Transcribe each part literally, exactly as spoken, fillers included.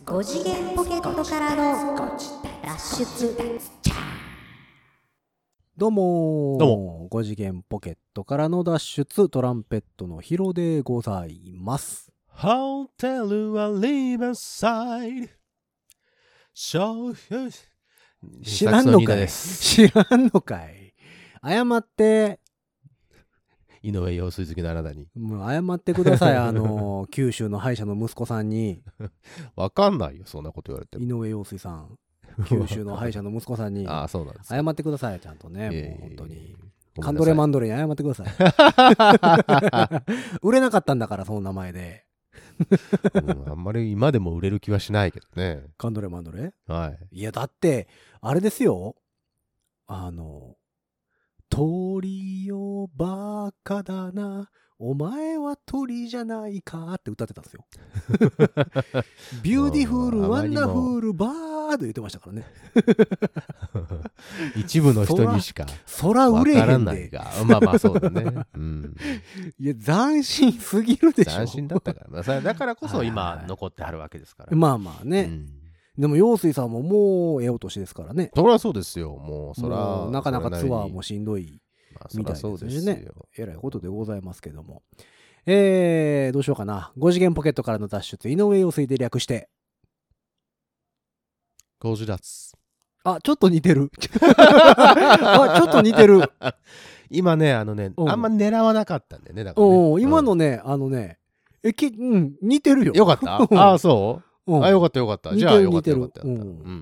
ご次元ポケットからの脱出。 どうもどうもご次元ポケットからの脱出、トランペットのヒロでございます。 Hotel はリバーサイド。 知らんのかい知らんのかい謝って。 井上陽水好きのあなたにもう謝ってください。あの九州の歯医者の息子さんに。 わかんないよ、そんなこと言われても。 井上陽水さん、九州の歯医者の息子さんにああ、そうなんです。 謝ってください。ちゃんとね、 えー、 もう本当にカカンドレマンドレに謝ってください。売れなかったんだから、その名前で。 うん、あんまり今でも売れる気はしないけどね。 カンドレマンドレ、 はい。 いやだってあれですよ、あの鳥よバカだな、お前は鳥じゃないかって歌ってたんですよ。ビューティフルワンダフルバード言ってましたからね。 一部の人にしかそら売れへんで。 がまあまあそうだね、うん、 いや斬新すぎるでしょ。 斬新だったから、まあ、だからこそ今残ってはるわけですから。 まあまあね、うん、でも陽水さんももうええお年ですからね。 そりゃそうですよ。もうそらなかなかツアーもしんどいみたいですしね、えらいことでございますけども、えー、どうしようかな。ご次元ポケットからの脱出、井上陽水で略してゴジラツ。 あ、ちょっと似てる。あ、ちょっと似てる。 今ね、あのね、あんま狙わなかったんだよね。だからね、 お今のね、あのね、えき、うん、似てるよ。 よかったああ、そう、うん、あ、よかったよかった。じゃあよかったよかった。 うん。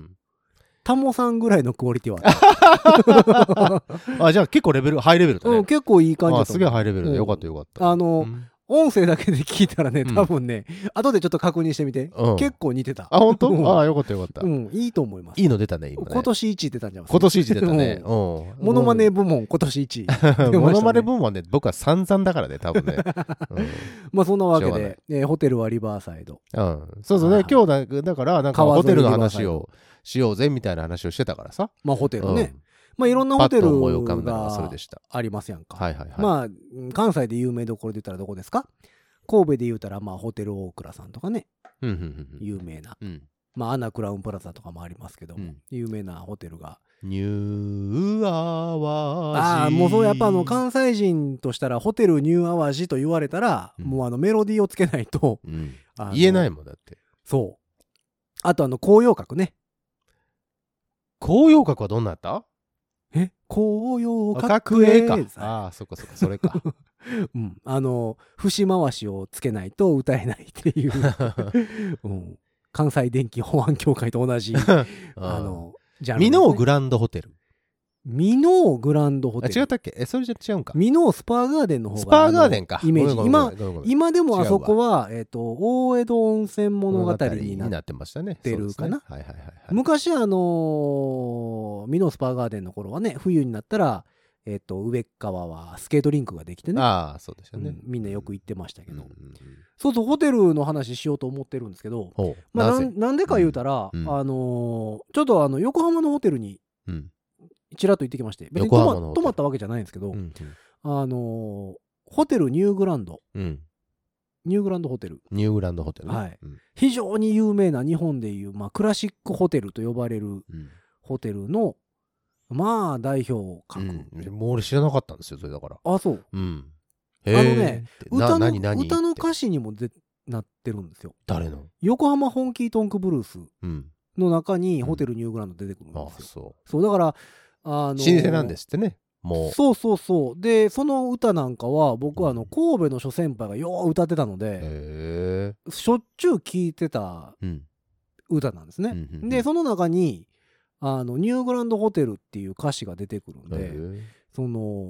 タモさんぐらいのクオリティはあった。あ、じゃあ結構レベル、ハイレベルだね。 うん、結構いい感じだった。 あ、すげえハイレベルだ。よかったよかった。 あの、うん音声だけで聞いたらね、多分ね、うん、後でちょっと確認してみて、うん、結構似てた。 あ、本当？ああ、よかったよかった。 うん、いいと思います。 いいの出たね、今ね。 今年一出たんじゃないですか。 今年一出たね。うん。 モノマネ部門今年一。 モノマネ部門はね、僕は散々だからね、多分ね。うん、 まあそんなわけで、えー、ホテルはリバーサイド。 うん。そうそうね、今日だだからなんかホテルの話をしようぜみたいな話をしてたからさ。 まあホテルね。うん、まあいろんなホテルがありますやんか。 はいはいはい。 まあ関西で有名どころで言ったらどこですか？神戸で言うたらまあホテル大倉さんとかね、 うんうんうん、 有名な、 うん、 まあアナクラウンプラザとかもありますけども、うん、有名なホテルがニューアワジ。 ああ、もうそうやっぱあの関西人としたらホテルニューアワジと言われたら、うん、もうあのメロディーをつけないと、 うん、言えないもんだって。 そう。あとあの紅葉閣ね。 紅葉閣はどんなやった？ え紅葉閣へか。ああ、そっかそっか、それか。 うん、あの節回しをつけないと歌えないっていう、うん、関西電気保安協会と同じあのジャンル、ね、ミノーグランドホテル。 ミノーグランドホテル。 あ、違ったっけ？え、それじゃ違うんか。 ミノースパーガーデンの方がスパーガーデンか。 イメージ。今今でもあそこはえっ、ー、と大江戸温泉物語になってましたね。てるかな。 はいはいはいはい。 昔あのー、ミノースパーガーデンの頃はね、冬になったら。えっと上側はスケートリンクができてね、 ああそうですよね、うん、 みんなよく行ってましたけど、うんうんうん、そうそうホテルの話しようと思ってるんですけど、まあ、な, なんでか言うたら、うん、あのー、ちょっとあの横浜のホテルにちらっと行ってきまして、別に泊 ま, 泊まったわけじゃないんですけど、うんうん、あのー、ホテルニューグランド、うん、ニューグランドホテルニューグランドホテル、ね、 はい、うん、非常に有名な日本でいう、まあ、クラシックホテルと呼ばれるホテルのまあ代表格、 うん、もう俺知らなかったんですよそれだから。 あ、そう、 うん、 あのね歌 の, 歌の歌詞にもでなってるんですよ。 誰の？ 横浜ホンキートンクブルースの中にホテルニューグランド出てくるんですよ、うん、あ、そうそうだからあのー、 老舗なんですってね。もうそうそうそうでその歌なんかは僕はあの神戸の諸先輩がよう歌ってたので、 へー、 しょっちゅう聴いてた歌なんですね、うんうんうん、でその中にあのニューグランドホテルっていう歌詞が出てくるんで、その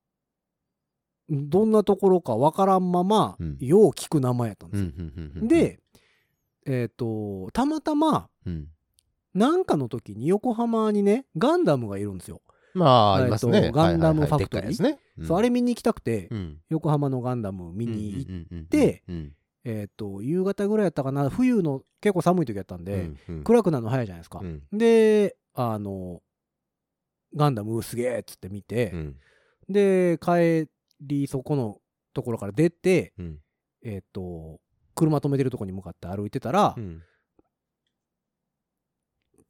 どんなところかわからんまま、うん、よう聞く名前やったんですよ、うんうんうんうん、でえっ、ー、とたまたま、うん、なんかの時に横浜にねガンダムがいるんですよ。 まあありますね、 ガンダムファクトリー、 はいはいはい、ね、 そうあれ見に行きたくて、うん、横浜のガンダム見に行ってえっと夕方ぐらいやったかな、冬の結構寒い時やったんで、うんうん、暗くなるの早いじゃないですか、うん、であのガンダムすげえっつって見て、うん、で帰りそこのところから出て、うん、えっと車止めてるとこに向かって歩いてたら、うん、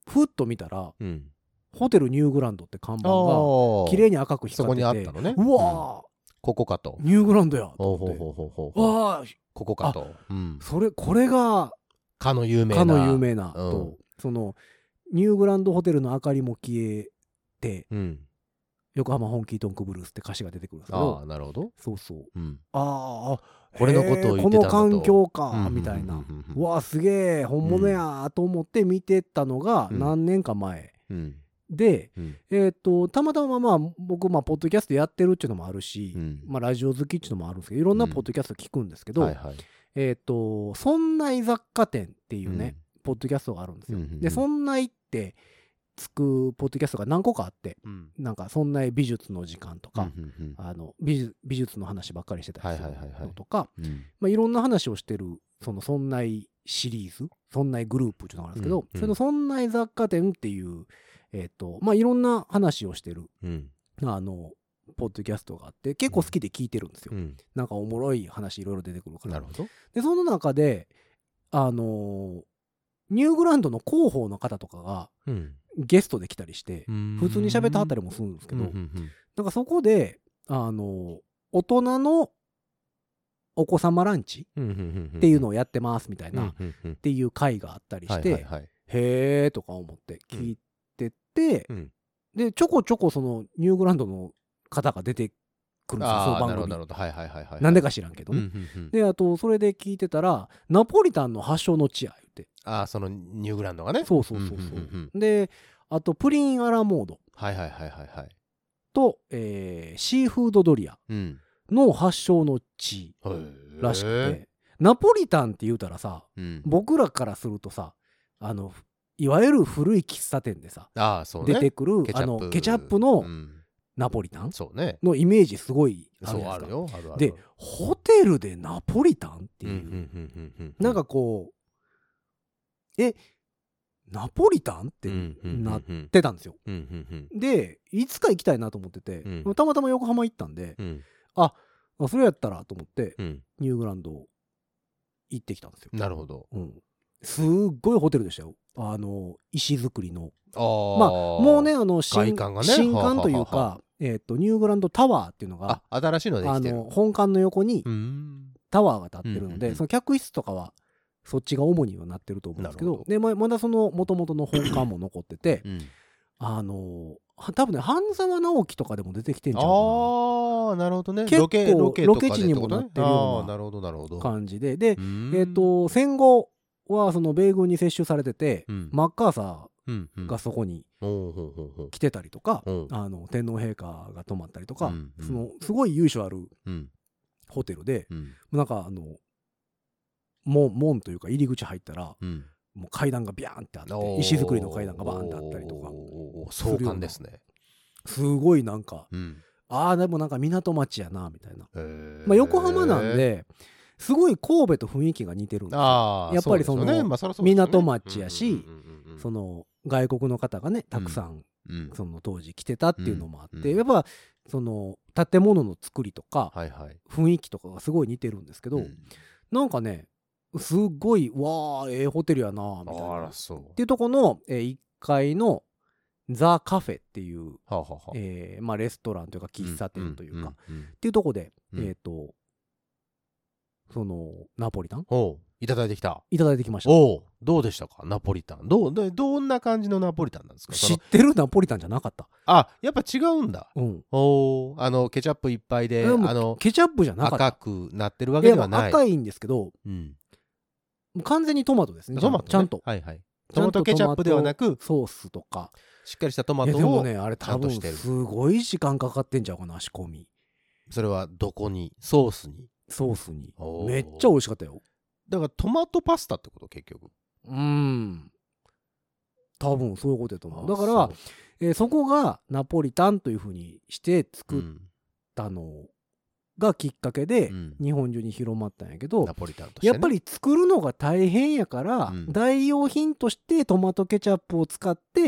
ふっと見たら、 うん、 ホテルニューグランドって看板が綺麗に赤く光ってて、 そこにあったのね。 うわー、うん、 ここかと。 ニューグランドやと思って。ほうほうほうほう。わあ、 ここかと。うん、 それこれがかの有名な。 かの有名なと、うん、そのニューグランドホテルの明かりも消えて、うん、横浜ホンキートンクブルースって歌詞が出てくるんですけど、 ああ、なるほど。 そうそう。 うん、 ああ、 これのことを言ってたんだと。 この環境かみたいな。うわあ、すげえ本物やと思って見てたのが何年か前。うんうんで、うん、えー、とたまたままあ僕まあポッドキャストやってるっていうのもあるし、うん、まあ、ラジオ好きっていうのもあるんですけどいろんなポッドキャスト聞くんですけど、うんはいはい、えー、とそんない雑貨店っていうね、うん、ポッドキャストがあるんですよ。うんうんうん、でそんないってつくポッドキャストが何個かあって、うん、なんかそんない美術の時間とか、うんうんうん、あの 美, 術美術の話ばっかりしてたりするのとか、はいはいはいはい、まあ、いろんな話をしてるそのそんないシリーズそんないグループっていうのがあるんですけど、うんうん、それのそんない雑貨店っていうえーとまあ、いろんな話をしてる、うん、あのポッドキャストがあって結構好きで聞いてるんですよ、うん、なんかおもろい話いろいろ出てくるから。 なるほど。 でその中であのニューグランドの広報の方とかが、うん、ゲストで来たりして普通に喋ってはったりもするんですけど、うんうんうん、なんかそこであの大人のお子様ランチっていうのをやってますみたいな、うんうんうん、っていう会があったりして、はいはいはい、へーとか思って聞いてで、うん、でちょこちょこそのニューグランドの方が出てくるんですよ、その番組。なんでか知らんけどね、うんうんうん、であとそれで聞いてたらナポリタンの発祥の地や言って、 ああそのニューグランドがね、 そうそうそうそう、うんうんうん、であとプリンアラモードはいはいはいはいはいと、えー、シーフードドリアの発祥の地らしくて、うん、ナポリタンって言うたらさ、うん、僕らからするとさあのいわゆる古い喫茶店でさああそうね、 出てくるケチャップ、 あのケチャップのナポリタンのイメージすごいあるじゃないですか。 そうあるよあるある。 でホテルでナポリタンっていう、うんうんうんうん、なんかこうえナポリタンってなってたんですよ、うんうんうん、でいつか行きたいなと思ってて、うん、たまたま横浜行ったんで、うん、あそれやったらと思って、うん、ニューグランド行ってきたんですよ。 なるほど、 うん、すっごいホテルでしたよ。あの石造りのあまあもうねあの新外観がね新館というかはははえー、とニューグランドタワーっていうのがあ新しいのできてる、 あの本館の横にタワーが建ってるので、うんうんうん、その客室とかはそっちが主にはなってると思うんですけど、で ま, まだその元々の本館も残ってて、うん、あの多分ね半沢直樹とかでも出てきてんちゃうかな。 ああなるほどね。 結構ロケロケロケ地にもなってるような感じで、でえっ、ー、と戦後はその米軍に接収されてて、うん、マッカーサーがそこに来てたりとか、うんうん、あの天皇陛下が泊まったりとか、うんうん、そのすごい由緒あるホテルで、うん、なんかあの門, 門というか入り口入ったら、うん、もう階段がビャーンってあって石造りの階段がバーンってあったりとか壮観ですね。 すごいなんか、うん、ああでもなんか港町やなみたいな、まあ、横浜なんですごい神戸と雰囲気が似てるんですよ。あやっぱりその、ねまあ、そそね港町やし、その外国の方がねたくさん、うん、その当時来てたっていうのもあって、うん、やっぱその建物の作りとか、はいはい、雰囲気とかがすごい似てるんですけど、うん、なんかねすっごいわーええホテルやなみたいなあそうっていうとこの、えー、いっかいのザ・カフェっていう、はあはあえーまあ、レストランというか喫茶店というか、うんうんうん、っていうとこで、うん、えっ、ー、とそのナポリタンおいただいてきたいただいてきました。 おどうでしたかナポリタン。どうどどんな感じのナポリタンなんですか。 知ってるナポリタンじゃなかった。 あやっぱ違うんだ、うん、おあのケチャップいっぱいであのケチャップじゃなかった。 赤くなってるわけではない。 赤いんですけど、うん、完全にトマトですね。 トマトねちゃんと、 はいはい、トマトケチャップではなくソースとかしっかりしたトマトをでもねあれ多分すごい時間かかってんちゃうかな仕込み。 それはどこにソースにソースにめっちゃ美味しかったよ。 だからトマトパスタってこと結局うん多分そういうことやと思う。だからそ,、えー、そこがナポリタンという風にして作ったのがきっかけで日本中に広まったんやけど、うん、ナポリタンとしてね、やっぱり作るのが大変やから、うん、代用品としてトマトケチャップを使って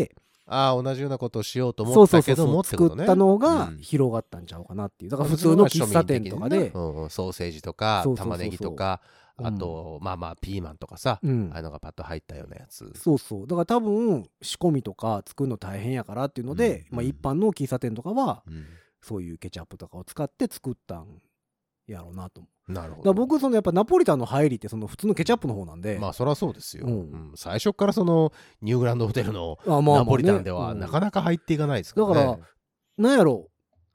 ああ同じようなことをしようと思ったけどもってことね。 作ったのが広がったんちゃうかなっていう。だから普通の喫茶店とかで、 うんうん、ソーセージとか玉ねぎとかあと、うん、まあまあピーマンとかさ、うん、ああいうのがパッと入ったようなやつ。 そうそうだから多分仕込みとか作るの大変やからっていうので、うんまあ、一般の喫茶店とかは、うん、そういうケチャップとかを使って作ったんやろうなと思う。 なるほど。 だから僕そのやっぱナポリタンの入りってその普通のケチャップの方なんで、 まあそりゃそうですよ、うんうん、最初からそのニューグランドホテルのナポリタンではなかなか入っていかないですからね。 だからなんやろ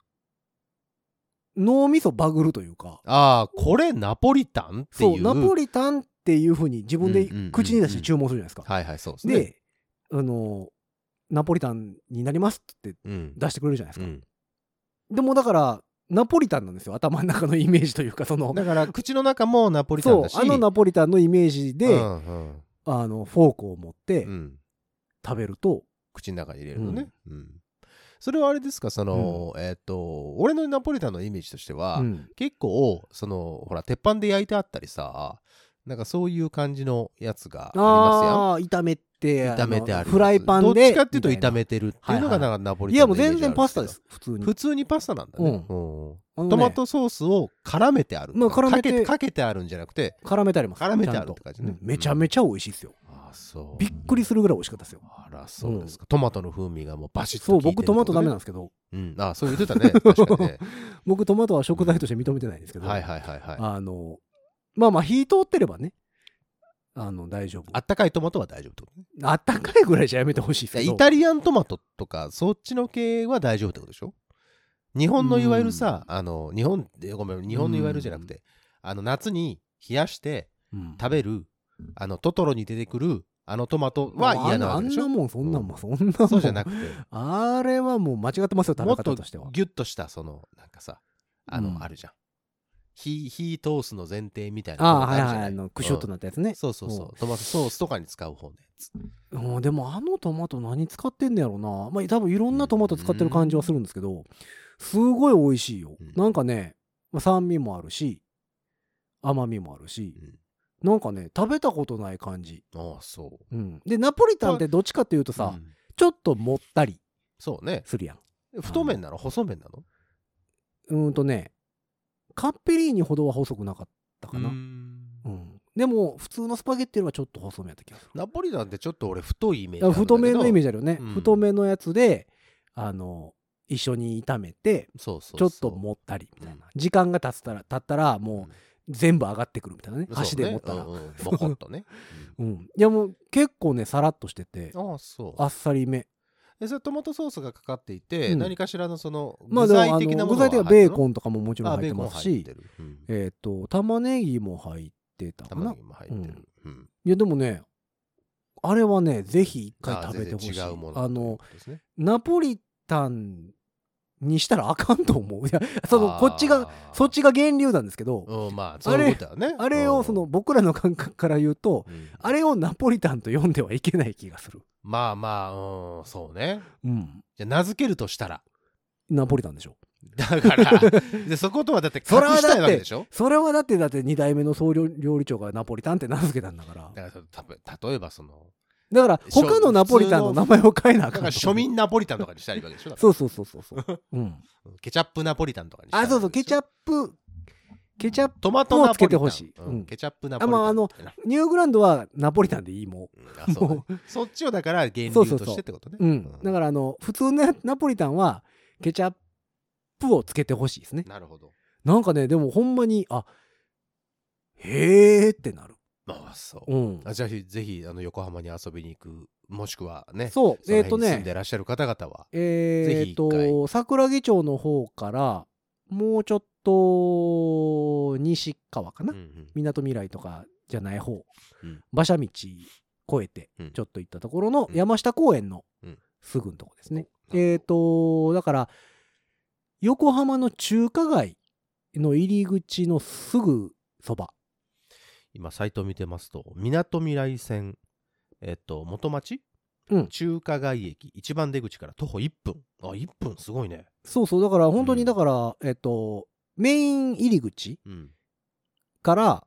脳みそバグるというか、 ああこれナポリタンっていう、 そうナポリタンっていう風に自分で口に出して注文するじゃないですか。 はいはいそうですね。 であのナポリタンになりますって出してくれるじゃないですか、うんうん、でもだからナポリタンなんですよ頭の中のイメージというか、そのだから口の中もナポリタンだし、 そうあのナポリタンのイメージで、うんうん、あのフォークを持って食べると、うん、 口の中に入れるのね、うんうん、それはあれですかその、うん、えっ、ー、と俺のナポリタンのイメージとしては、うん、結構そのほら鉄板で焼いてあったりさなんかそういう感じのやつがありますやん。 ああ炒めて炒めてあるフライパンでどっちかっていうと炒めてるっていうのがなんかナポリタンのイメージあるんですけど、いやもう全然パスタです普通に普通にパスタなんだね、うんうん、トマトソースを絡めてある、まあ、絡めてかけてかけてあるんじゃなくて絡めてあります。 絡めてあるって感じね、 うん、めちゃめちゃ美味しいですよ、うん、あそうびっくりするぐらい美味しかったですよ。 あらそうですか、うん、トマトの風味がもうバシッと効いてる、 そう僕トマトダメなんですけど、 うん、あそう言ってたね確かにね僕トマトは食材として認めてないんですけど、 はいはいはいはい、 あのまあまあ火通ってればねあの大丈夫。 あったかいトマトは大丈夫ってことね。 あったかいぐらいじゃやめてほしいですけど、 イタリアントマトとかそっちの系は大丈夫ってことでしょ。日本のいわゆるさ、あの日本でごめん日本のいわゆるじゃなくて、あの夏に冷やして食べる、あのトトロに出てくるあのトマトは嫌なわけでしょ。 あんなもんそんなもんそんなもんそうじゃなくて、 あれはもう間違ってますよ食べ方としては。 もっとギュッとしたそのなんかさあの、うん、あるじゃん。火火通すの前提みたいな。 ああはいはい、あのクシュッとなったやつね、うん、 そうそうそう、トマトソースとかに使う方のやつ。 うん、でもあのトマト何使ってんのやろな。まあ多分いろんなトマト使ってる感じはするんですけど、すごい美味しいよ、うん、なんかね、まあ、酸味もあるし甘みもあるし、うん、なんかね食べたことない感じ。 ああそう、 うん、でナポリタンってどっちかっていうとさ、うん、ちょっともったりそうねするやん。 太麺なの細麺なの。 うんとねカッペリーニほどは細くなかったかな。うん、うん、でも普通のスパゲッティはちょっと細めやった気がする。 ナポリタンってちょっと俺太いイメージあるんだけど、 太めのイメージあるよね、うん、太めのやつであの一緒に炒めてそうそうそうちょっともったりみたいな、うん、時間が経ったら経ったらもう全部上がってくるみたいなね、箸で持ったら、うんうん、 ボコッとね、 うん、いやもう結構ねさらっとしててあ, あ, そうあっさりめ。 それトマトソースがかかっていて、うん、何かしらのその具材的なものは入ってるの、まあ、具材的はベーコンとかももちろん入ってますし、うん、えっ、ー、と玉ねぎも入ってたかな。 玉ねぎも入ってる、うんうん、 いやでもねあれはねぜひ一回食べてほしい。 あ, 違うもの、 あのナポリタンにしたらあかんと思う。いやそのこっちがそっちが源流なんですけど、 うん、まあそういうことだね。 あれ、あれをその僕らの感覚から言うと、うん、あれをナポリタンと呼んではいけない気がする。 まあまあ、うん、そうね、うん、じゃあ名付けるとしたらナポリタンでしょ。 だからでそことはだって隠したいわけでしょ。 それはだってだってに代目の総料理長がナポリタンって名付けたんだから。 だから例えばそのだから他のナポリタンの名前を変えなあかん。だから庶民ナポリタンとかにしたらいいわけでしょ。 そうそうそうそうそう、うん、 ケチャップナポリタンとかにしたらいい。 あそうそうケチャップケチャップトマトナポリタンをつけてほしい、 うん、ケチャップナポリタン。 あ、まあ、あのニューグランドはナポリタンでいいもん、うん、あそうね、 そっちをだから原理としてってことね。 そうそうそう、うん、だからあの普通のナポリタンはケチャップをつけてほしいですね。 なるほど。 なんかねでもほんまにあへーってなる。 ああそう、うん、あじゃあぜひあの横浜に遊びに行くもしくはねそうえっ、ー、とね住んでらっしゃる方々はえっ、ー、と桜木町の方からもうちょっと西側かな、みなとみらいとかじゃない方、うん、馬車道越えてちょっと行ったところの山下公園のすぐのとこですね、うん、えっ、ー、とだから横浜の中華街の入り口のすぐそば。 今サイト見てますとみなとみらい線えっと元町、うん、中華街駅一番出口から徒歩いっぷん。あいっぷんすごいね。 そうそうだから本当にだから、うん、えっとメイン入り口から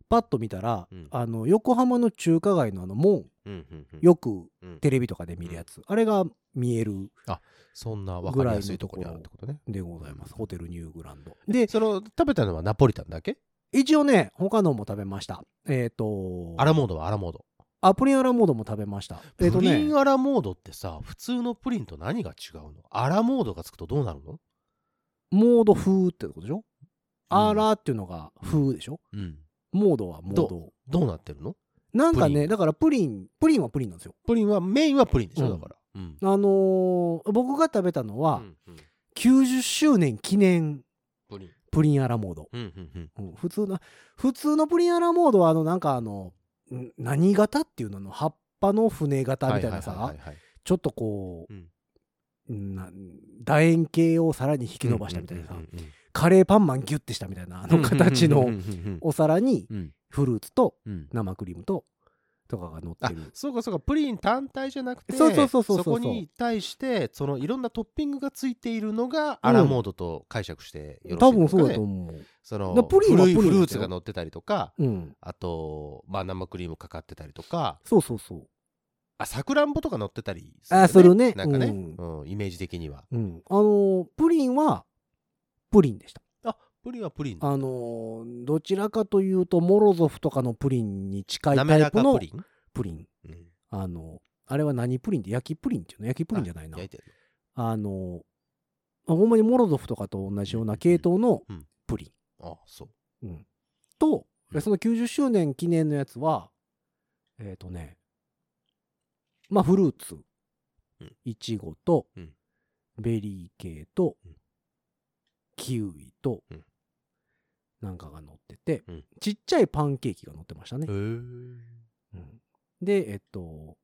パッと見たら、 うんあの横浜の中華街のあの門、 うんうんうんよくうんテレビとかで見るやつ、あれが見えるそんな分かりやすいところにあるってことね。 でございます。 うんホテルニューグランドで、 その食べたのはナポリタンだけ？ 一応ね他のも食べました。えっ、とアラモードはアラモード。 あプリンアラモードも食べました。えっ、とプリねンアラモードってさ、普通のプリンと何が違うの？アラモードがつくとどうなるの？ モード風ってことでしょ、アラっていうのが風でしょ、 うん。 モードはモードどうなってるの？ なんかプリンねだからプリンプリンはプリンなんですよ。 プリンはメインはプリンでしょ、 うんだから。うん。 あのー僕が食べたのは、 うんうんきゅうじゅっしゅうねん記念プリン。 プリンアラモード、 うんうんうん。 うん普通の普通のプリンアラモードはあのなんかあのん何型っていうのの葉っぱの船型みたいなさ、 はいはいはいはいちょっとこうんう、な楕円形をさらに引き伸ばしたみたいなさ、 うんうんうんうんカレーパンマンギュッてしたみたいなあの形のうんうんうんうんお皿にうんフルーツとうん生クリームととかが乗ってある。 そうかそうか、プリン単体じゃなくて、 そうそうそうそうそうそこに対してそのいろんなトッピングがついているのがアラモードと解釈してよろしい多分ですかね。 そうだと思う。 そのだプリンは古いプリンだよフルーツが乗ってたりとか、 うん。 あと、まあ、生クリームかかってたりとか、 そうそうそう。 あさくらんぼとか乗ってたりすあするねなんかね、 ううんイメージ的には。 うん。あのープリンはプリンでした。 あプリンはプリン。 あのーどちらかというとモロゾフとかのプリンに近い滑らタイプのかプリン、 プリン。 うんあのあれは何プリンって焼きプリンっていうの？焼きプリンじゃないな。 あ焼いてるあのあほんまにモロゾフとかと同じような系統のうんプリン。 あそううんとうんそのきゅうじゅっしゅうねん記念のやつはえっ、とねまあフルーツうんいちごとうんベリー系とうんキウイとうんなんかが乗ってて、 うんちっちゃいパンケーキが乗ってましたねへ。えうんでえっと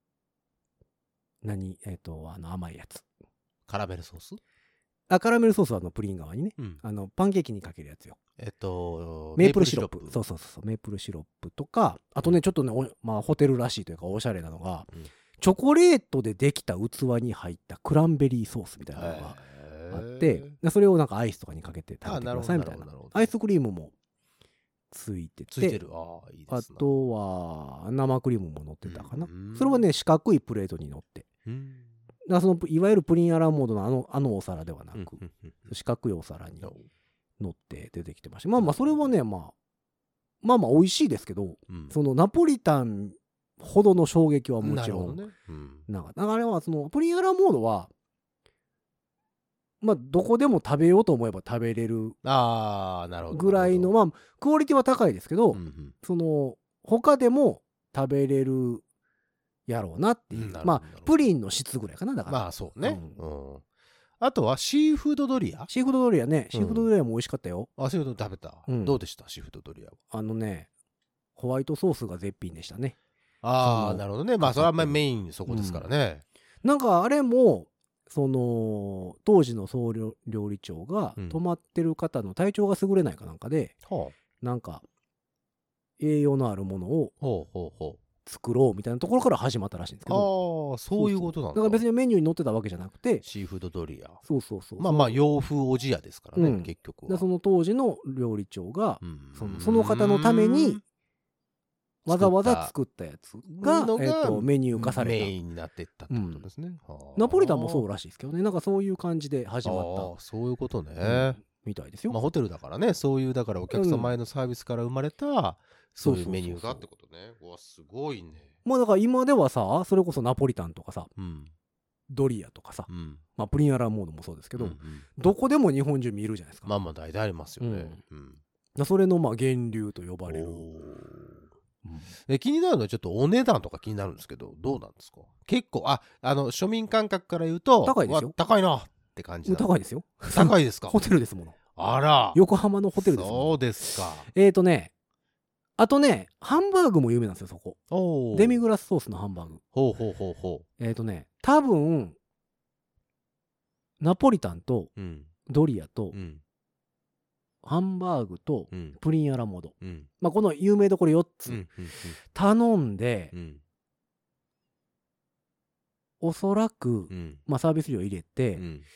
何えっとあの甘いやつ、 カラメルソース、 あカラメルソースはあのプリン側にね、 うんあのパンケーキにかけるやつよ。 えっとメープルシロップメそうそうそうメープルシロップとかあとねちょっとねおまあホテルらしいというかおしゃれなのが、 うんチョコレートでできた器に入ったクランベリーソースみたいなのがへーあって、でそれをなんかアイスとかにかけて食べてくださいみたいなあなるほどなるほどアイスクリームもついててついてる。ああいいであすな。 とは生クリームも乗ってたかな、 うんそれはね四角いプレートに乗ってうんだからそのいわゆるプリンアラモードのあのあのお皿ではなく、 うんうんうん四角いお皿にうん乗って出てきてました。まあまあそれはね、まあ、まあまあ美味しいですけど、 うんそのナポリタンほどの衝撃はもちろんなるほどねうんなんかだからあれはそのプリンアラモードはまあどこでも食べようと思えば食べれるああなるほどぐらいのまあクオリティは高いですけど、 うんうんその他でも食べれるやろうなっていう、 うんなるほどまあなるほどプリンの質ぐらいかなだから、 まあそうねううんあとはシーフードドリアシーフードドリアね、シーフードドリアも美味しかったよ。 あシーフード食べたうんどうでしたシーフードドリアはあのねホワイトソースが絶品でしたね。 ああそのなるほどねまあそれはまあメインそこですからねなんかあれもその当時の総料料理長がうん泊まってる方の体調が優れないかなんかで、 ほうなんか栄養のあるものをほうほうほ作ろうみたいなところから始まったらしいんですけど、 うああそういうことなんだだから別にメニューに載ってたわけじゃなくて、 シーフードドリアそうそうそう、 まあまあ洋風おじやですからねうん結局はでその当時の料理長がうんそのその方のためにわざわざ作ったやつがのがえっとメニュー化された。 メインになってったってことですねはあナポリタンもそうらしいですけどね、なんかそういう感じで始まっああそういうことねた、うんみたいですよ。 まあホテルだからねそういうだからお客様へのサービスから生まれたそういうメニューがってことねうわすごいねまあだから今ではさそれこそナポリタンとかさうんドリアとかさ、 うんまあ、プリンアラモードもそうですけど、 うんうんどこでも日本中見るじゃないですか。 まあまあ大体ありますよねうんだそれのまあ源流と呼ばれる、 おーうんえ気になるのはちょっとお値段とか気になるんですけどどうなんですか結構ああの庶民感覚から言うと高いですよわ高いなって感じな高いですよ。 高いですかホテルですもの。 あら横浜のホテルですもの。 そうですかえーとねあとねハンバーグも有名なんですよそこ。 おーデミグラスソースのハンバーグ。 ほうほうほうほえーとね多分ナポリタンとううんドリアとうんハンバーグとうんプリンアラモード、 うんまあ、この有名どころよっつうんうん頼んで、 うんおそらく、 うんまあ、サービス料入れて、 うん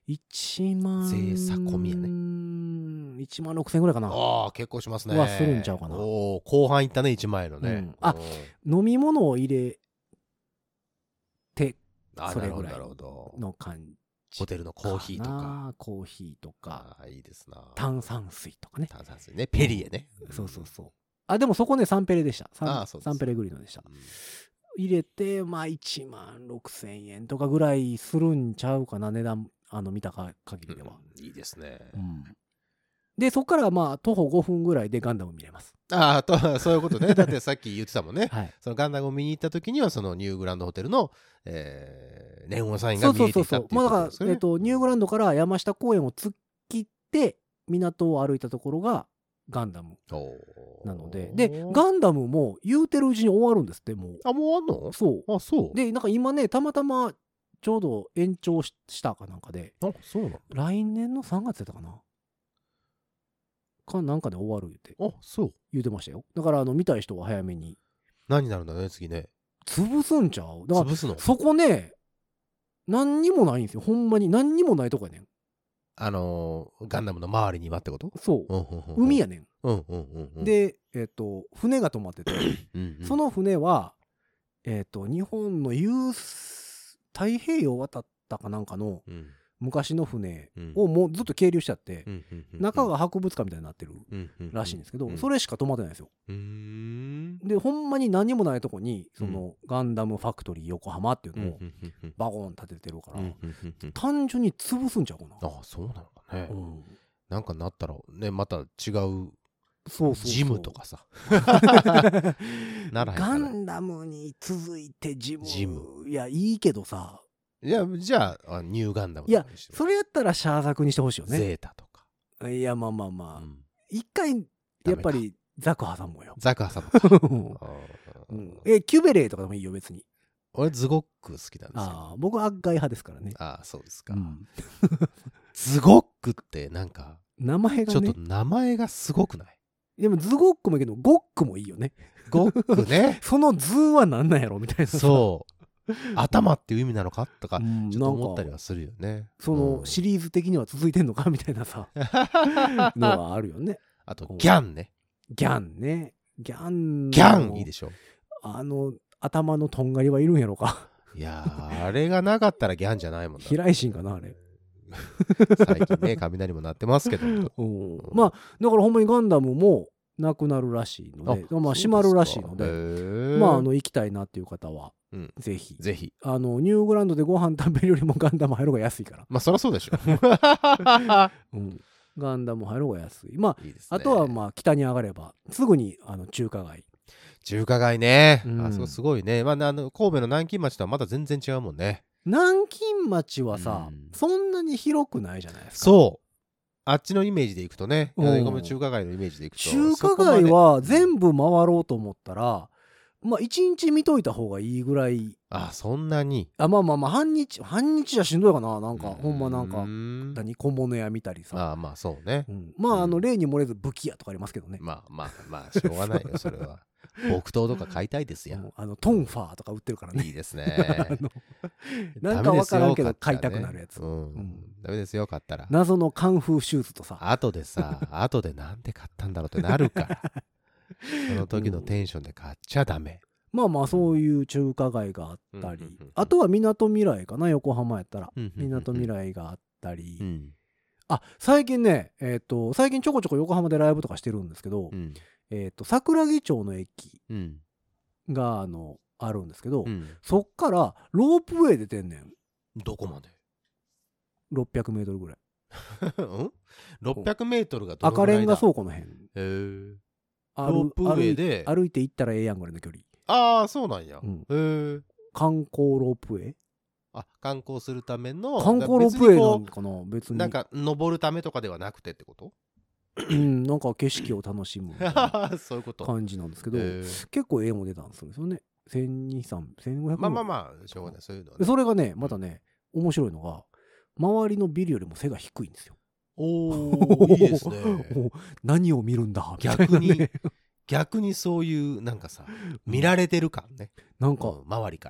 いちまん税差込みやね。 いちまんろくせんえんぐらいかな。 ああ結構しますね。 はするんちゃうかな。 おお後半いったねいちまんえんのね。 うん、あ飲み物を入れてそれぐらいの感じ。 ホテルのコーヒーとかコーヒーとかあいいですな。 炭酸水とかね。 炭酸水ねペリエね、 うん、そうそうそう。あでもそこねサンペレでした。サンあそうサンペレグリノでした、うん、入れてまあいちまんろくせんえんとかぐらいするんちゃうかな値段あの見たか限りでは、 うん、いいですね、 うん、でそこからまあ徒歩ごふんぐらいでガンダム見れます。 ああとそういうことね。だってさっき言ってたもんね、 はい、 そのガンダムを見に行った時にはそのニューグランドホテルの、えー、ネオンサインが見えていたっていうことですよね。 まあだから、えーと、ニューグランドから山下公園を突っ切って港を歩いたところがガンダムなので、でガンダムも言うてるうちに終わるんですって。もうあもう終わんの？ そうあそうでなんか今ねたまたまちょうど延長したかなんかで、 あそうなの来年のさんがつやったかなかなんかで終わるってあそう言うてましたよ。だからあの見たい人は早めに。 何になるんだね次ね。 潰すんちゃう？だから潰すの？ そこね何にもないんですよ。ほんまに何にもないとこやねん。 あのー、ガンダムの周りにはってこと？ そう、 うんうんうん、 海やねん。 うんうんうんうん、 で、えーと、船が止まっててうん、うん、 その船は、えーと、日本の有太平洋渡ったかなんかの昔の船をもうずっと係留しちゃって、うんうんうん、中が博物館みたいになってるらしいんですけど、うんうん、それしか止まってないんですよ。うーんでほんまに何もないとこにその、うん、ガンダムファクトリー横浜っていうのをバゴン建ててるから、うんうんうんうん、単純に潰すんちゃうかな。 ああそうなのかね、うん、なんかなったらねまた違うそうそうそうジムとかさならへんガンダムに続いてジム、ジムいやいいけどさ、 いやじゃあニューガンダムいやそれやったらシャーザクにしてほしいよね。 ゼータとかいやまあまあまあ、うん、一回やっぱりザク挟むよ。 ザク挟むうん、えキュベレーとかでもいいよ別に。 俺ズゴック好きなんですよ。 あ僕はアッガイ派ですからね。 ああそうですか、うん、ズゴックってなんか名前がねちょっと名前がすごくない？ でもズゴックもいいけどゴックもいいよね。 ゴックねその図は何なんやろみたいな。 そう頭っていう意味なのかとかちょっと思ったりはするよね。 そのシリーズ的には続いてんのかみたいなさのはあるよね。 あとギャンね。 ギャンね。ギャンギャンいいでしょ。 あの頭のとんがりはいるんやろか。 いやあれがなかったらギャンじゃないもんな。 平井心かなあれ。 最近ね雷も鳴ってますけど、 うん、まあだからほんまにガンダムもなくなるらしいので、まあ閉まるらしいので、まああの行きたいなっていう方は、うん、ぜひぜひあのニューグランドでご飯食べるよりもガンダム入る方が安いから。 まあそりゃそうでしょ、 うん、ガンダム入る方が安い。まあいいですね、あとはまあ北に上がればすぐにあの中華街中華街ね、うん、あそこすごいね。まああの神戸の南京町とはまだ全然違うもんね。 南京町はさ、うん、そんなに広くないじゃないですか。 そうあっちのイメージでいくとね、うん、中華街のイメージでいくと中華街は全部回ろうと思ったらまあ一日見といた方がいいぐらい。 あそんなにあまあまあまあ半日半日じゃしんどいかな。なんかほんまなんか何小物屋見たりさ。 あまあそうね、 うん、まああの例に漏れず武器屋とかありますけどね。 まあまあまあしょうがないよそれは。木刀とか買いたいですよ。 あのトンファーとか売ってるからね。 いいですね。 なんか分からんけど買いたくなるやつ。 ダメですよ買ったら。 謎のカンフーシューズとさ。 後でさ後でなんで買ったんだろうってなるから。その時のテンションで買っちゃダメ。 まあまあそういう中華街があったり、あとはみなとみらいかな横浜やったらみなとみらいがあったり、うん、あ最近ねえっ、ー、と最近ちょこちょこ横浜でライブとかしてるんですけど、うん、えっと桜木町の駅があのあるんですけど、うん、そっからロープウェイ出てんねん。 どこまで？ ろっぴゃくメートルぐらい。 うん、ろっぴゃくメートルがどのぐらいだ？ 赤レンガ倉庫の辺。へえ。ロープウェイで歩いて行ったらええやんぐらいの距離。 ああそうなんや、うん、へえ。 観光ロープウェイ。 あ観光するための観光ロープウェイなんかな別に。 なんか登るためとかではなくてってこと？ うんなんか景色を楽しむそういうこと感じなんですけど結構ええも出たんですよね。せんにひゃく、せんごひゃくまあまあまあしょうがないそういうのは、ね、 それがねまたね面白いのが周りのビルよりも背が低いんですよ。 おおいいですね。 何を見るんだみたいな、 ね、逆に逆にそういうなんかさ見られてる感ね、 なんか、 うん、周りから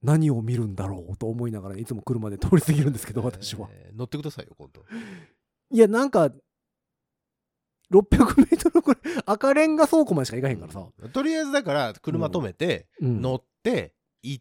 何を見るんだろうと思いながらいつも車で通り過ぎるんですけど、私は、 えー乗ってくださいよ今度。 いやなんかろっぴゃくメートルぐらい赤レンガ倉庫までしか行かへんからさ、 うんとりあえずだから車止めて、 うん、 乗って行って、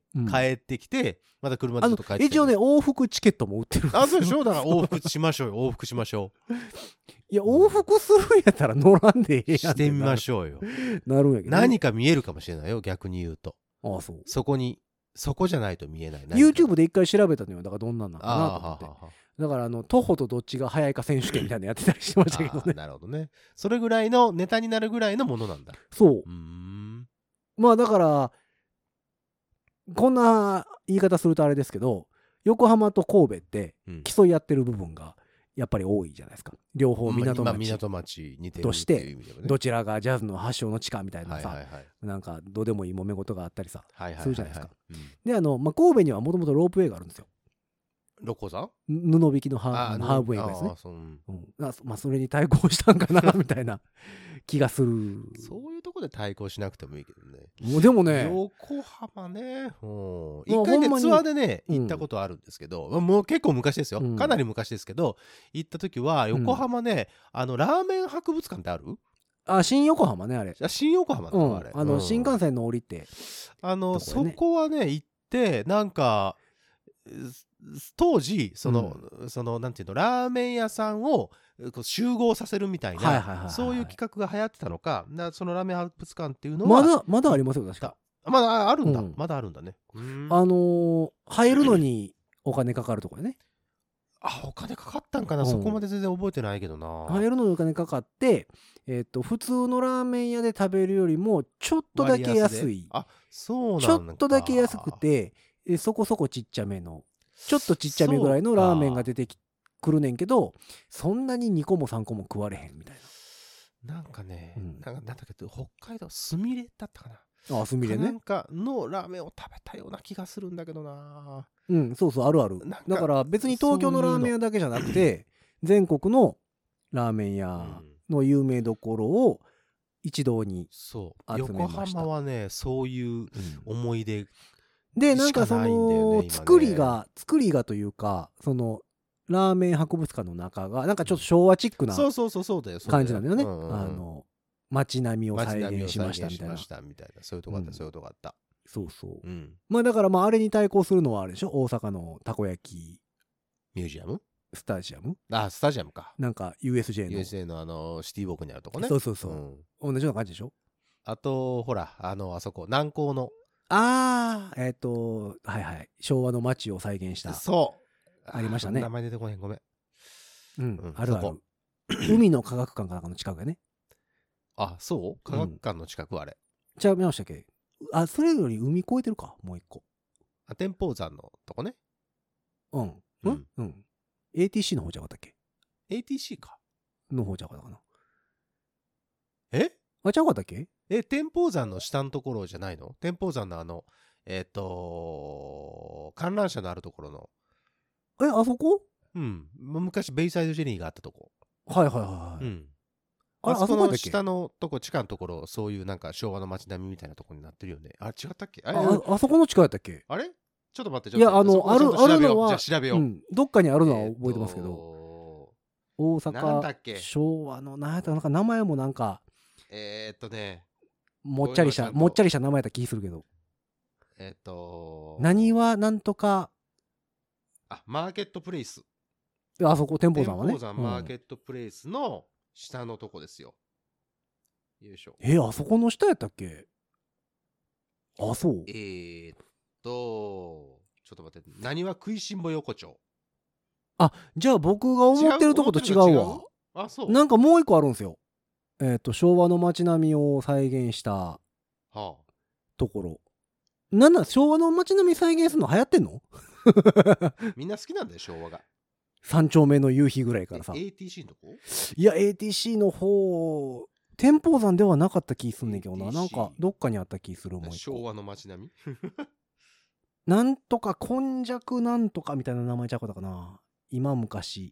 うん、帰ってきてまた車でちょっと帰ってきて、 一応ね往復チケットも売ってるんですよ。 あ、そうでしょ。だから往復しましょうよ往復しましょう。 いや往復するんやったら乗らんでええやんしてみましょうよ。 なるんやけど、ね、 何か見えるかもしれないよ逆に言うと。 ああそう。 そこにそこじゃないと見えない。 YouTube で一回調べたのよ。だからどんなんなんかなと思って。はははだからあの徒歩とどっちが速いか選手権みたいなのやってたりしてましたけどね。 なるほどね。それぐらいのネタになるぐらいのものなんだ。 そう。うーんまあだからこんな言い方するとあれですけど、横浜と神戸って競い合ってる部分がやっぱり多いじゃないですか。両方港町、 港町にてるとしてどちらがジャズの発祥の地かみたいなさ、なんかどうでもいい揉め事があったりさするじゃないですか。であの、まあ、神戸にはもともとロープウェイがあるんですよ。 六甲山布引きのハーブウェイがですね。そ、うんまあ、それに対抗したんかなみたいな気がする。 そういうとこで対抗しなくてもいいけどね。 もうでもね横浜ね、うん、一回ねツアーでね行ったことあるんですけど、うん、もう結構昔ですよ、うん、かなり昔ですけど行った時は横浜ね、うん、あのラーメン博物館ってある？ あ、新横浜ねあれ。 新横浜だ、うん、あれ。 あの、うん、新幹線の降りて、 あの、ね、そこはね行ってなんか当時その、うん、そのなんていうのラーメン屋さんを集合させるみたいなそういう企画が流行ってたのか、なそのラーメン博物館っていうのはまだまだありますよ確か。 まだあるんだ、 うん、 まだあるんだね。 あのー、入るのにお金かかるところね。 あ、お金かかったんかな、うん、そこまで全然覚えてないけどな。 入るのにお金かかって、えー、と普通のラーメン屋で食べるよりもちょっとだけ安い。 あ、そうなんだ。 ちょっとだけ安くてそこそこちっちゃめのちょっとちっちゃめぐらいのラーメンが出てくるねんけど、そんなににこもさんこも食われへんみたいな。なんかね、うん、なんかなんだけど北海道すみれだったかな。 ああ、すみれね。 なんかのラーメンを食べたような気がするんだけどな。 うん、そうそう、あるある。だから別に東京のラーメン屋だけじゃなくて全国のラーメン屋の有名どころを一堂に集めました。 そう、横浜はねそういう思い出、うんでなんかその作りが作りがというかそのラーメン博物館の中がなんかちょっと昭和チックな感じなんだよね。あの街並みを再現しましたみたいなそういうとこあった、そういうとこあった。 そうそう。まあだからまああれに対抗するのはあれでしょ、大阪のたこ焼きミュージアムスタジアムあスタジアムかなんか ユーエスジェー のユーエスジェー のあのシティウォークにあるとこね。 そうそうそう、同じような感じでしょ。 あとほらあのあそこ南港のああ、えっと、はいはい。昭和の街を再現した。 そう。 ありましたね。 名前出てこへん、ごめん。 うん、あるある。海の科学館かなんかの近くやね。 あ、そう科学館の近くあれ。 じゃあ見ましたっけ？あ、それより海越えてるか、もう一個。 あ、天保山のとこね。 うん。うん。うん。エーティーシー の方じゃなかったっけ？ エーティーシー か。 の方じゃなかったかな。 え？ あ、ちゃうかったっけ？ え、天保山の下のところじゃないの？天保山のあの、えっと、観覧車のあるところの。 え、あそこ？ うん。昔、ベイサイドジェニーがあったとこ。 はいはいはい。 うん。あそこの下のとこ、地下のところ、そういうなんか昭和の街並みみたいなとこになってるよね。あ、違ったっけ？あれ？ あ、あそこの地下やったっけ？ あれ？ちょっと待って、ちょっと待って。いや、 あの、ある、あるのは、 じゃあ調べよう。うん。 どっかにあるのは覚えてますけど。大阪、 なんだっけ？ 昭和の、なんやったかなんか名前もなんか、 えーっとね、 もっちゃりした、もっちゃりした名前やった気するけど。 えっと、 何はなんとか、 あ、マーケットプレイス。 あそこ、天保山はね。 天保山マーケットプレイスの下のとこですよ。よいしょ。 え、あそこの下やったっけ？あ、そう。 えーっと、ちょっと待って、何は食いしん坊横丁。 あ、じゃあ僕が思ってるとこと違うわ。 あ、そう。 なんかもう一個あるんですよ。えっと、昭和の街並みを再現したところ。なんなん、昭和の街並み再現するの流行ってんの？ みんな好きなんだよ、昭和が。 三丁目の夕日ぐらいからさ。 エーティーシー のとこ？ いや、エーティーシー の方、天保山ではなかった気すんねんけどな。なんか、どっかにあった気するもん。 昭和の街並みなんとか、今昔なんとかみたいな名前ちゃうかったかな。今昔。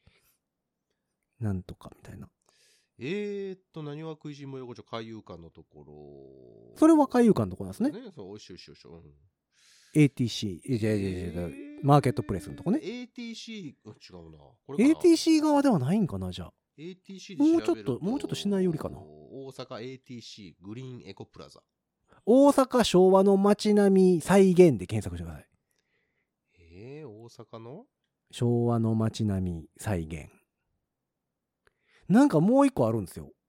なんとかみたいな。 えーっと、何は食いしん坊横丁海遊館のところ。 それは海遊館のところなんですね。 ね、そう、おいしいおいしいおいしい。うん、 エーティーシー、えじゃじゃじゃマーケットプレイスのとこね。 エーティーシー、違うな。これかなエーティーシー 側ではないんかな、じゃあ。 エーティーシー で調べるともうちょっと、もうちょっとしないよりかな。 大阪 エーティーシー グリーンエコプラザ。 大阪昭和の街並み再現で検索してください。 えー、大阪の昭和の街並み再現。なんかもう一個あるんですよ。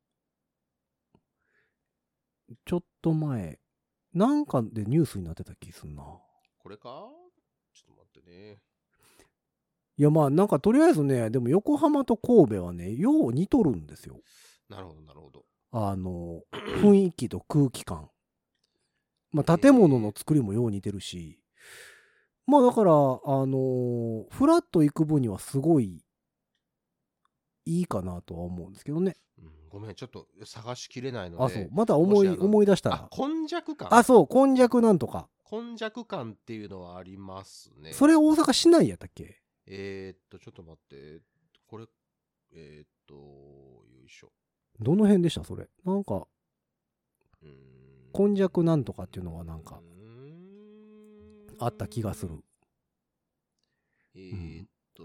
ちょっと前、なんかでニュースになってた気すんな。 これかちょっと待ってね。 いやまあなんかとりあえずね、でも横浜と神戸はね、よう似とるんですよ。 なるほどなるほど。 あの雰囲気と空気感。まあ建物の作りもよう似てるし、まあだからあのフラッと行く分にはすごいいいかなとは思うんですけどね。 うん、ごめんちょっと探しきれないので。 あそうまた思い思い出したら。 あこんじゃく感。 あそうこんじゃくなんとか。 こんじゃく感っていうのはありますね。 それ大阪市内やったっけ？ えー、っとちょっと待ってこれえー、っとよいしょ。 どの辺でしたそれ？なんかうーんこんじゃくなんとかっていうのはなんかあった気がする。 えー、っと、うん、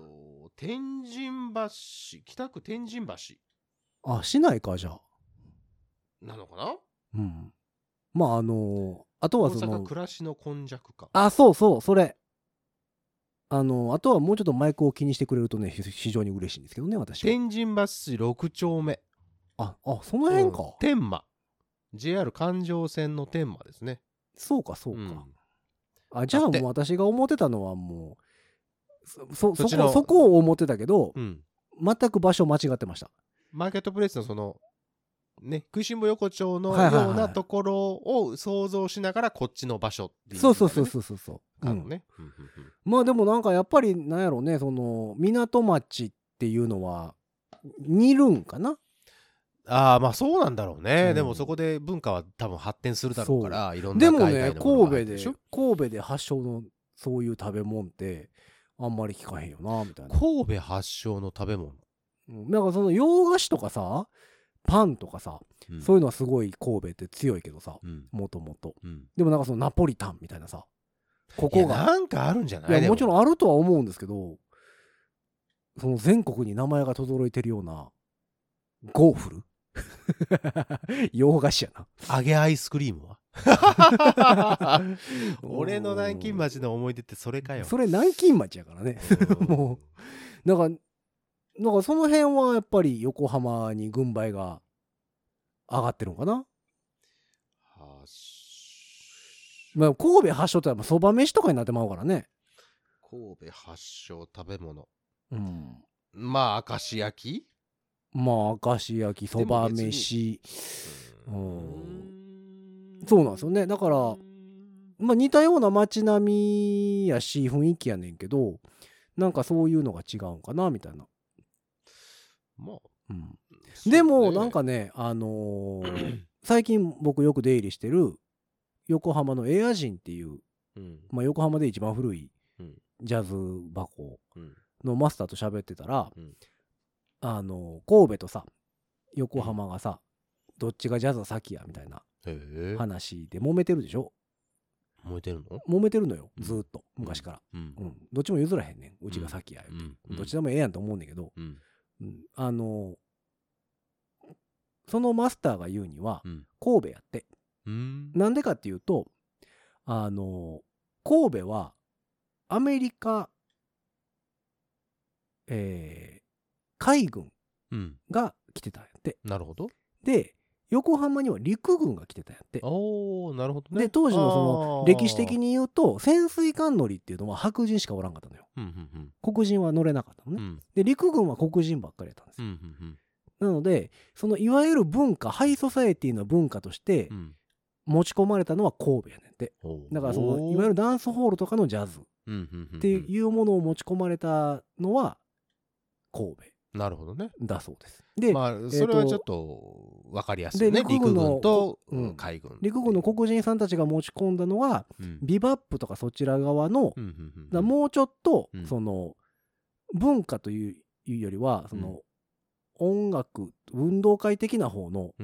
天神橋北区天神橋。 あ市内かじゃあ。 なのかな？ うん。まああのー、あとはその大阪暮らしのこんじゃく感。 あそうそうそれ。あのー、あとはもうちょっとマイクを気にしてくれるとね非常に嬉しいんですけどね私は。 天神橋ろく丁目。 ああその辺か。うん、 天満。ジェイアール 環状線の天満ですね。 そうかそうか。うん、あじゃあもう私が思ってたのはもうそ そ, そ, そ, こそこを思ってたけど、うん、全く場所間違ってました。 マーケットプレイスのそのね食いしん坊横丁のようなところを想像しながらこっちの場所っていう、ね、 そうそうそうそうそうそう。 あのね、 うん、まあでもなんかやっぱりなんやろうねその港町っていうのは似るんかな。 ああまあそうなんだろうね、うん、でもそこで文化は多分発展するだろうからいろんな海外のものがあるでしょ。 でもね神戸で神戸で発祥のそういう食べ物ってあんまり聞かへんよなみたいな。 神戸発祥の食べ物、 うん、なんかその洋菓子とかさパンとかさ、うん、そういうのはすごい神戸って強いけどさ、もともとでもなんかそのナポリタンみたいなさここがなんかあるんじゃない？ いやもちろんあるとは思うんですけどその全国に名前が轟いてるようなゴーフル洋菓子やな。 揚げアイスクリームは俺の南京町の思い出ってそれかよ。 それ南京町やからねもうなんかなんかその辺はやっぱり横浜に軍配が上がってるのかな。まあ神戸発祥ってそば飯とかになってまうからね。 神戸発祥食べ物、 うん、 まあ明石焼きまあ明石焼きそば飯、うん、そうなんですよね。だからまあ似たような街並みやし雰囲気やねんけどなんかそういうのが違うんかなみたいな。 まあ、 うん、でもなんかねあのー、最近僕よく出入りしてる横浜のエアジンっていう、うん、まあ横浜で一番古いジャズ箱のマスターと喋ってたら、うん、あのー、神戸とさ横浜がさ、うん、どっちがジャズ先やみたいな話で揉めてるでしょ。 揉めてるの？ 揉めてるのよ、ずーっと昔から、うんうん、どっちも譲らへんねんうちが先や言うて、うん、どっちでもええやんと思うねんけど、うんうん、あのー、そのマスターが言うには、うん、神戸やって、うん、なんでかっていうとあのー、神戸はアメリカ、えー、海軍が来てたんやって、 うん、なるほど。 で横浜には陸軍が来てたんやって。 おーなるほどね。 で当時のその歴史的に言うと潜水艦乗りっていうのは白人しかおらんかったのよ、うんうんうん、黒人は乗れなかったのね、うん、で陸軍は黒人ばっかりやったんです、うんうんうん、なのでそのいわゆる文化ハイソサエティの文化として持ち込まれたのは神戸やねんて、うん、だからそのいわゆるダンスホールとかのジャズっていうものを持ち込まれたのは神戸なるほどねだそうです。でまあそれはちょっと分かりやすいね。陸軍と海軍、 陸軍の黒人さんたちが持ち込んだのは、うん、ビバップとかそちら側の、うんうんうん、だもうちょっと、うん、その文化というよりはその、うん、音楽運動会的な方の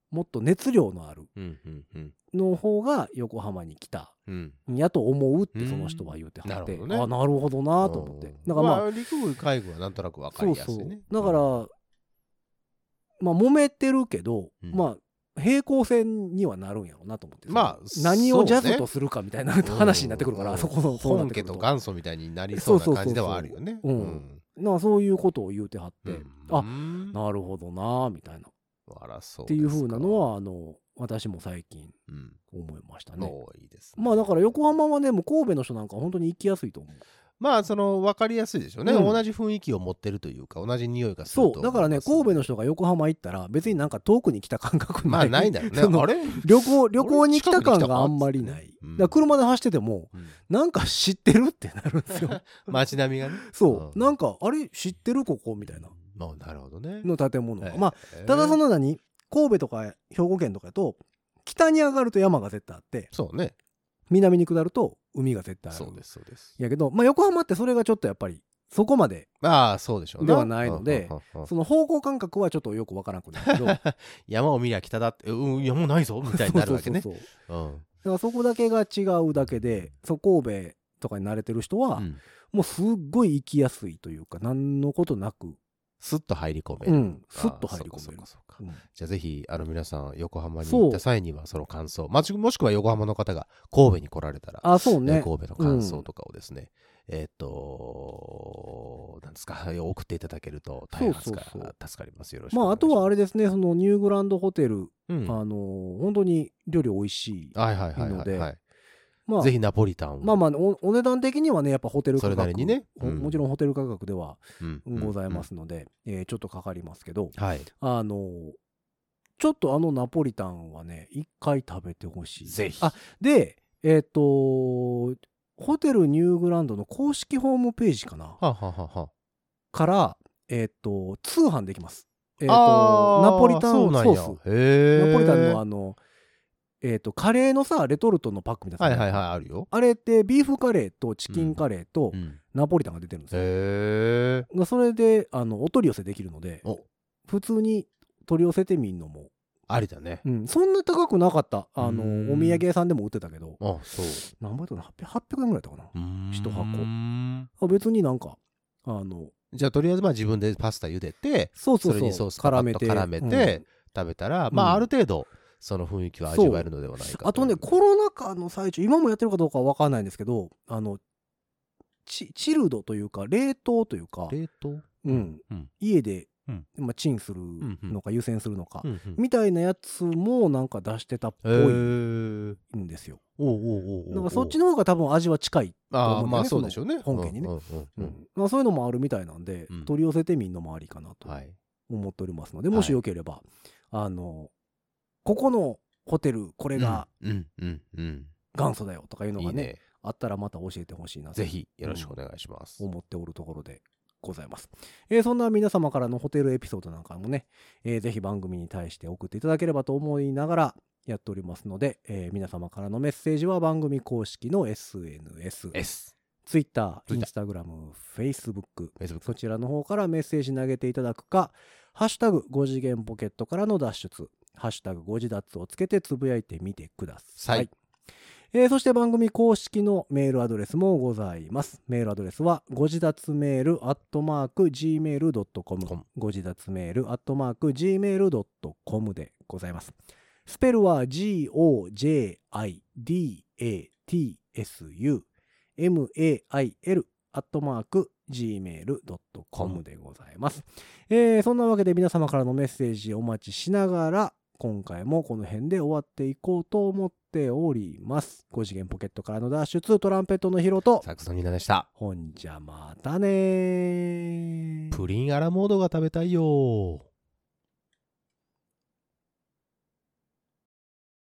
もっと熱量のあるうんうんうんの方が横浜に来たうんんやと思うってその人は言うてはって、 うんなるほどねあなるほどなと思って、だからまあ、 まあ、陸軍海軍はなんとなく分かりやすいね。 そうそうだから、まあ揉めてるけど、 うんまあ平行線にはなるんやろうなと思って、 まあ何をジャそうねズとするかみたいな話になってくるから、 うんそこのそうなっ本家てくるとと元祖みたいになりそうな感じではあるよね。 そうそうそうそううんなんかそういうことを言うてはって、 うんあうんなるほどなみたいなあらそうっていう風なのは、 はあの私も最近うん思いましたね。 多いですね。 まあだから横浜はねもう神戸の人なんか本当に行きやすいと思う。 まあその分かりやすいでしょうね、 うん同じ雰囲気を持ってるというか同じ匂いがすると思います。 そうだからね神戸の人が横浜行ったら別になんか遠くに来た感覚ない。 まあないんだよね。 そのあれ旅行旅行に来た感があんまりない。 近くに来たかだから車で走っててもうんなんか知ってるってなるんですよ。 街並みがね。 そう、 うんなんかあれ知ってるここみたいなまあなるほどね。 の建物が、 ええまあただその何神戸とか兵庫県とかだと北に上がると山が絶対あってそうね。 南に下ると海が絶対ある。 そうですそうです。 やけど、まあ、横浜ってそれがちょっとやっぱりそこまでまあそうでしょうね。 ではないのでうんうんうんうんその方向感覚はちょっとよくわからなくなるけど山を見りゃ北だってうん山ないぞみたいになるわけね。 そうそうそううんだからそこだけが違うだけでそう神戸とかに慣れてる人は、 うんもうすっごい行きやすいというか何のことなく、 スッと入り込める。 うん、スッと入り込める。 あそうかそうかそうかうんじゃあぜひあの皆さん横浜にそう行った際にはその感想、まちもしくは横浜の方が神戸に来られたら、 あそうねえー神戸の感想とかをですね、えーっとなんですか送っていただけると大変助かそうそう助かります。よろしくまああとお願いします。 はあれですねそのニューグランドホテル、 うんあの本当に料理美味しいはいはいはいのではいはい。 まあぜひナポリタンをまあまあお、お値段的にはねやっぱホテル価格それなりにねほうんもちろんホテル価格ではうんございますので、えーちょっとかかりますけどはい。 あのちょっとあのナポリタンはね一回食べてほしい。 ぜひ。 あでえっ、とホテルニューグランドの公式ホームページかなはあはあはあはあからえっ、と通販できます。えっ、とあーナポリタンソそうなんやースへーナポリタンのあのえっ、とカレーのさレトルトのパックみたいなやつはいはいはいあるよ。 あれってビーフカレーとチキンカレーとうんナポリタンが出てるんですよ。 へえ。 それであのお取り寄せできるのでお普通に取り寄せてみんのも、 ありだね。 うん、そんな高くなかったあのうーんお土産屋さんでも売ってたけどあそう。 何倍とかはっぴゃく、はっぴゃくえんぐらいだったかな。一箱箱。 あ別になんかあのじゃあとりあえずまあ自分でパスタ茹でて、 そうそうそうそれにソースパラメて絡めて食べたら、まあある程度その雰囲気は味わえるのではないかと。 あとねコロナ禍の最中今もやってるかどうかは分かんないんですけどあのチチルドというか冷凍というか、 冷凍うんうん家で、 うんまあ、チンするのか湯煎するのか、 うんうんみたいなやつもなんか出してたっぽいへーんですよ。 おうおうおうおうだからそっちの方が多分味は近いとああまあ思うんだよねそうでしょうね。 その本家にねうんうんうんううんんまあ、そういうのもあるみたいなんで、 うん取り寄せてみんのもありかなとはい。 思っておりますので、もしよければあのここのホテルこれがうんうんうん元祖だよとかいうのがねいいね。 あったらまた教えてほしいなとぜひよろしくお願いします。 思っておるところでございます、えーそんな皆様からのホテルエピソードなんかもね、えーぜひ番組に対して送っていただければと思いながらやっておりますので、えー皆様からのメッセージは番組公式の エスエヌエス、 S。 Twitter、 Twitter Instagram、Facebook、 Facebook そちらの方からメッセージ投げていただくか、ハッシュタグご次元ポケットからの脱出、ハッシュタグご自立をつけてつぶやいてみてください。 はいえーそして番組公式のメールアドレスもございます。メールアドレスはご自立メールアットマーク ジーメールドットコム ご自立メールアットマーク ジーメールドットコム でございます。スペルは ジーオージェーアイディーエーティーエスユーエムエーアイエル アットマーク ジーメールドットコム でございます。えーそんなわけで皆様からのメッセージお待ちしながら今回もこの辺で終わっていこうと思っております。ご次元ポケットからの脱出、トランペットのヒロとサックスのニーナでした。 ほんじゃまたねー。 プリンアラモードが食べたいよー。